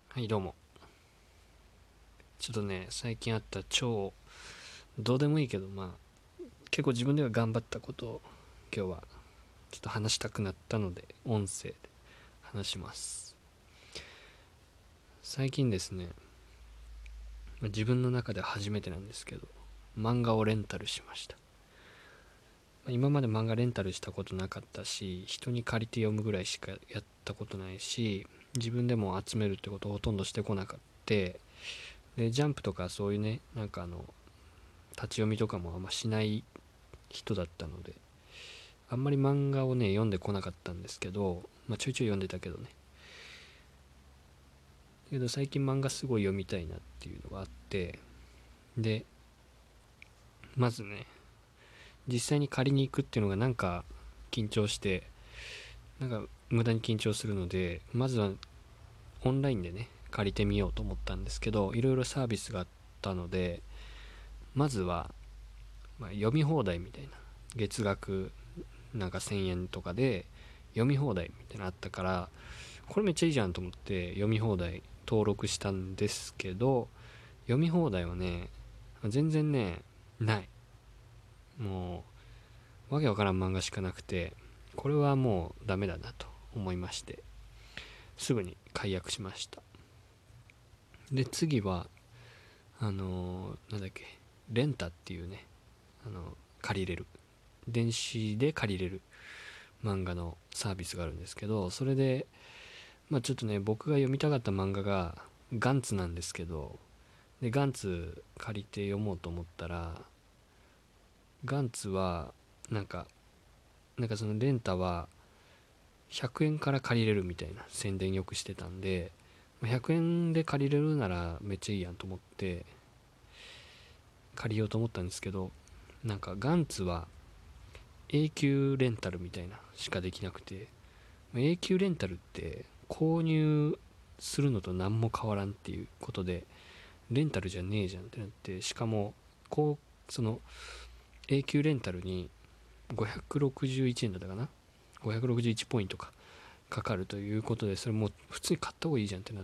はい、どうも。ちょっとね、最近あったどうでもいいけど、結構自分では頑張ったことを今日はちょっと話したくなったので、音声で話します。最近ですね、自分の中では初めてなんですけど、漫画をレンタルしました。今まで漫画レンタルしたことなかったし、人に借りて読むぐらいしかやったことないし、自分でも集めるってことをほとんどしてこなかった。で、ジャンプとかそういうね、立ち読みとかもあんましない人だったので、あんまり漫画をね読んでこなかったんですけど、ちょいちょい読んでたけどね。だけど最近漫画すごい読みたいなっていうのがあって、でまずね、実際に借りに行くっていうのが緊張して、無駄に緊張するので、まずはオンラインでね借りてみようと思ったんですけど、いろいろサービスがあったので、まずは、読み放題みたいな、月額1000円とかで読み放題みたいなのあったから、これめっちゃいいじゃんと思って読み放題登録したんですけど、読み放題はね、全然ね、ない。もうわけわからん漫画しかなくて、これはもうダメだなと思いまして、すぐに解約しました。で次はなんだっけ、レンタっていうね、借りれる、電子で借りれる漫画のサービスがあるんですけど、それでちょっとね、僕が読みたかった漫画がガンツなんですけど、でガンツ借りて読もうと思ったら、ガンツはなんかそのレンタは100円から借りれるみたいな宣伝よくしてたんで、100円で借りれるならめっちゃいいやんと思って借りようと思ったんですけど、ガンツは永久レンタルみたいなしかできなくて、永久レンタルって購入するのと何も変わらんっていうことで、レンタルじゃねえじゃんってなって、しかもその永久レンタルに561円だったかな、561ポイントかかるということで、それもう普通に買った方がいいじゃんってなって、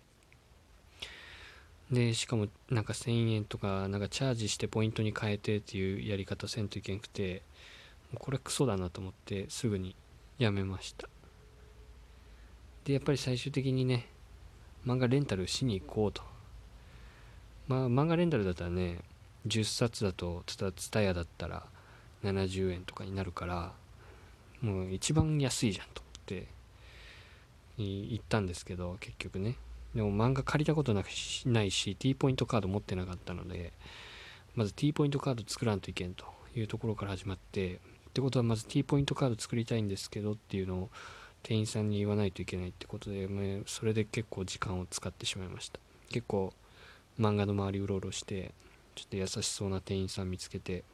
でしかも1000円とかチャージしてポイントに変えてっていうやり方せんといけなくて、もうこれクソだなと思ってすぐにやめました。でやっぱり最終的にね、漫画レンタルしに行こうと。漫画レンタルだったらね、10冊だとツタヤだったら70円とかになるから、もう一番安いじゃんと思って行ったんですけど、結局ね、でも漫画借りたことないし T ポイントカード持ってなかったので、まず T ポイントカード作らんといけんというところから始まって、ってことはまず T ポイントカード作りたいんですけどっていうのを店員さんに言わないといけないってことで、それで結構時間を使ってしまいました。結構漫画の周りうろうろして、ちょっと優しそうな店員さん見つけて、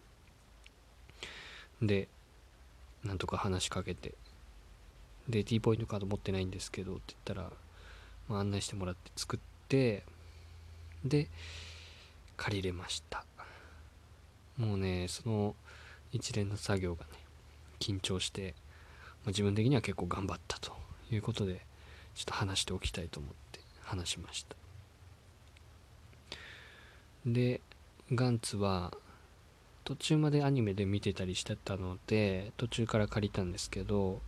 でなんとか話しかけて、で T ポイントカード持ってないんですけどって言ったら、案内してもらって作って、で借りれました。もうね、その一連の作業がね、緊張して、自分的には結構頑張ったということで、ちょっと話しておきたいと思って話しました。でガンツは途中までアニメで見てたりしてたので、途中から借りたんですけど、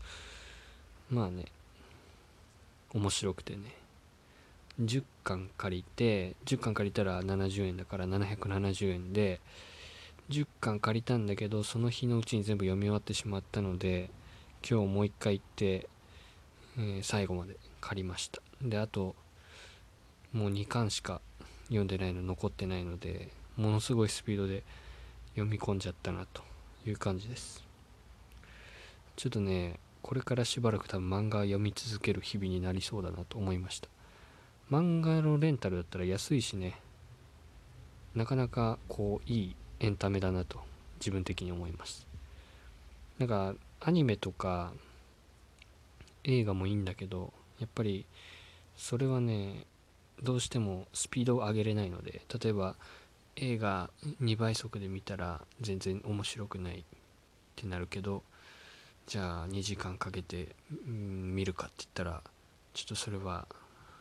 面白くてね、10巻借りて、10巻借りたら70円だから770円で10巻借りたんだけど、その日のうちに全部読み終わってしまったので、今日もう一回行って、最後まで借りました。であともう2巻しか読んでないの残ってないので、ものすごいスピードで読み込んじゃったなという感じです。ちょっとね、これからしばらく多分漫画読み続ける日々になりそうだなと思いました。漫画のレンタルだったら安いしね、なかなかいいエンタメだなと自分的に思います。アニメとか映画もいいんだけど、やっぱりそれはね、どうしてもスピードを上げれないので、例えば映画2倍速で見たら全然面白くないってなるけど、じゃあ2時間かけて見るかって言ったら、ちょっとそれは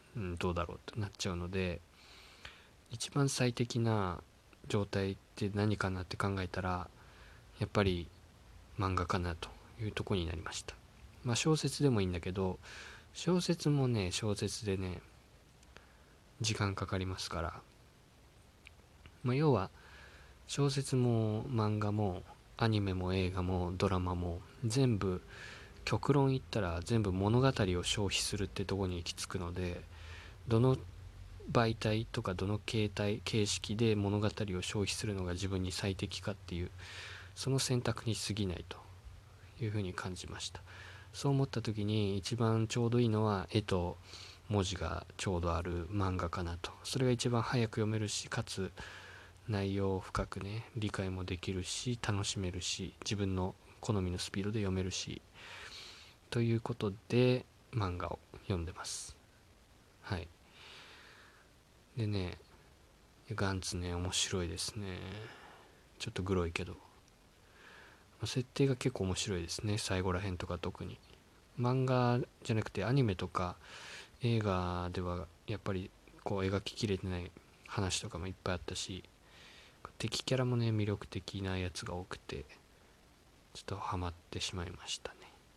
どうだろうってなっちゃうので、一番最適な状態って何かなって考えたら、やっぱり漫画かなというところになりました。小説でもいいんだけど、小説もね、小説でね、時間かかりますから、要は小説も漫画もアニメも映画もドラマも全部、極論言ったら全部物語を消費するってとこに行き着くので、どの媒体とかどの形式で物語を消費するのが自分に最適かっていう、その選択に過ぎないというふうに感じました。そう思った時に一番ちょうどいいのは絵と文字がちょうどある漫画かなと。それが一番早く読めるし、かつ内容を深くね理解もできるし、楽しめるし、自分の好みのスピードで読めるし、ということで漫画を読んでます。はい。でね、ガンツね、面白いですね。ちょっとグロいけど、設定が結構面白いですね、最後らへんとか。特に漫画じゃなくてアニメとか映画ではやっぱりこう描ききれてない話とかもいっぱいあったし、敵キャラもね魅力的なやつが多くて、ちょっとハマってしまいましたね。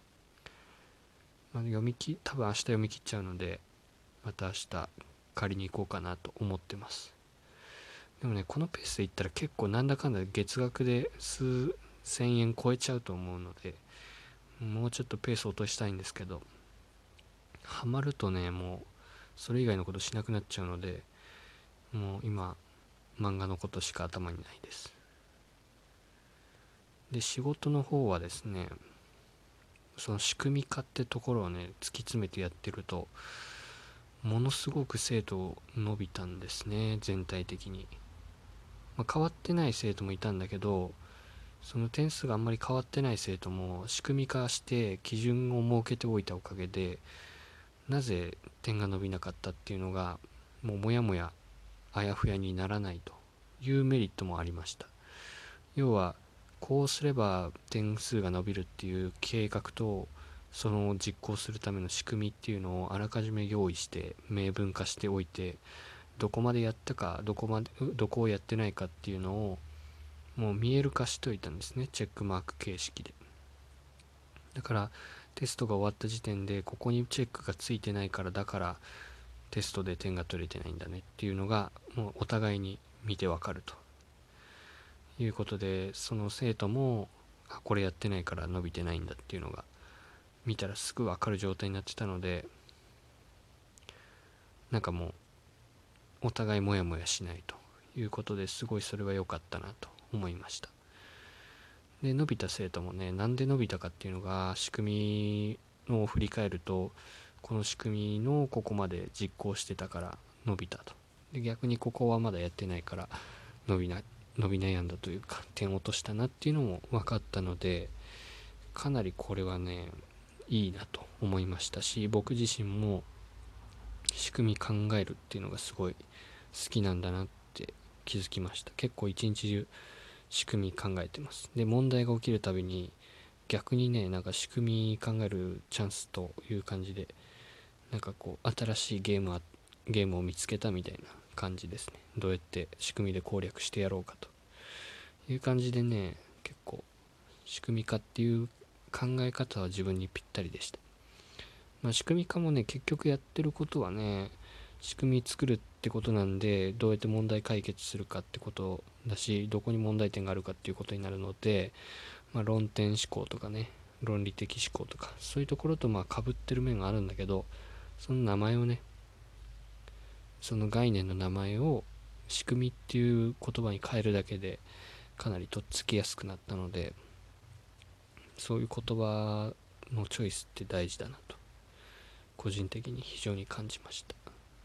多分明日読み切っちゃうので、また明日借りに行こうかなと思ってます。でもね、このペースでいったら結構なんだかんだ月額で数千円超えちゃうと思うので、もうちょっとペース落としたいんですけど、ハマるとね、もうそれ以外のことしなくなっちゃうので、もう今漫画のことしか頭にないです。で、仕事の方はですね、その仕組み化ってところをね突き詰めてやってると、ものすごく精度伸びたんですね、全体的に。変わってない生徒もいたんだけど、その点数があんまり変わってない生徒も仕組み化して基準を設けておいたおかげで、なぜ点が伸びなかったっていうのがもうもやもやあやふやにならないというメリットもありました。要はこうすれば点数が伸びるっていう計画と、その実行するための仕組みっていうのをあらかじめ用意して明文化しておいて、どこまでやったかどこをやってないかっていうのをもう見える化しといたんですね、チェックマーク形式で。だからテストが終わった時点で、ここにチェックがついてないから、だからテストで点が取れてないんだねっていうのがもうお互いに見てわかるということで、その生徒もこれやってないから伸びてないんだっていうのが見たらすぐわかる状態になってたので、なんかもうお互いモヤモヤしないということで、すごいそれは良かったなと思いました。で、伸びた生徒もね、なんで伸びたかっていうのが、仕組みを振り返ると、この仕組みのここまで実行してたから伸びたと。で、逆にここはまだやってないから伸び悩んだというか、点を落としたなっていうのも分かったので、かなりこれはねいいなと思いましたし、僕自身も仕組み考えるっていうのがすごい好きなんだなって気づきました。結構一日中仕組み考えてます。で、問題が起きるたびに逆にね、なんか仕組み考えるチャンスという感じで、なんかこう新しいゲームを見つけたみたいな感じですね。どうやって仕組みで攻略してやろうかという感じでね、結構仕組み化っていう考え方は自分にぴったりでした。仕組み化もね、結局やってることはね、仕組み作るってことなんで、どうやって問題解決するかってことだし、どこに問題点があるかっていうことになるので、論点思考とかね、論理的思考とか、そういうところと被ってる面があるんだけど、その名前をね、その概念の名前を仕組みっていう言葉に変えるだけでかなりとっつきやすくなったので、そういう言葉のチョイスって大事だなと個人的に非常に感じました。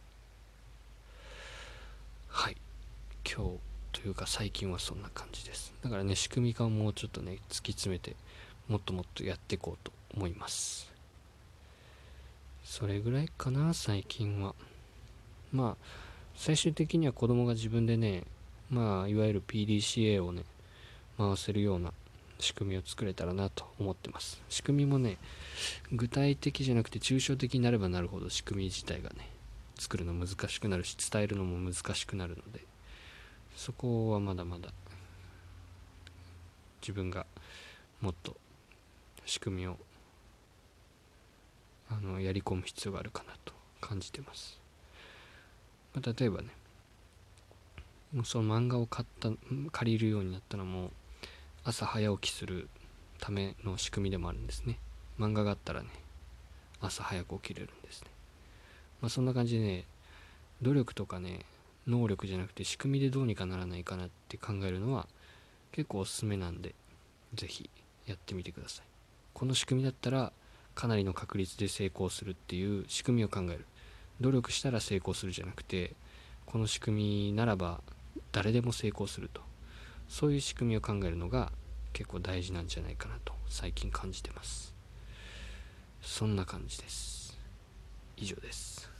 はい、今日というか最近はそんな感じです。だからね、仕組み化をもうちょっとね突き詰めて、もっともっとやっていこうと思います。それぐらいかな、最近は。最終的には子供が自分でね、いわゆる PDCA をね回せるような仕組みを作れたらなと思ってます。仕組みもね、具体的じゃなくて抽象的になればなるほど仕組み自体がね作るの難しくなるし、伝えるのも難しくなるので、そこはまだまだ自分がもっと仕組みをやり込む必要があるかなと感じてます。例えばね、もうその漫画を借りるようになったのも朝早起きするための仕組みでもあるんですね。漫画があったらね、朝早く起きれるんですね。そんな感じでね、努力とかね、能力じゃなくて仕組みでどうにかならないかなって考えるのは結構おすすめなんで、ぜひやってみてください。この仕組みだったらかなりの確率で成功するっていう仕組みを考える。努力したら成功するじゃなくて、この仕組みならば誰でも成功すると、そういう仕組みを考えるのが結構大事なんじゃないかなと最近感じてます。そんな感じです。以上です。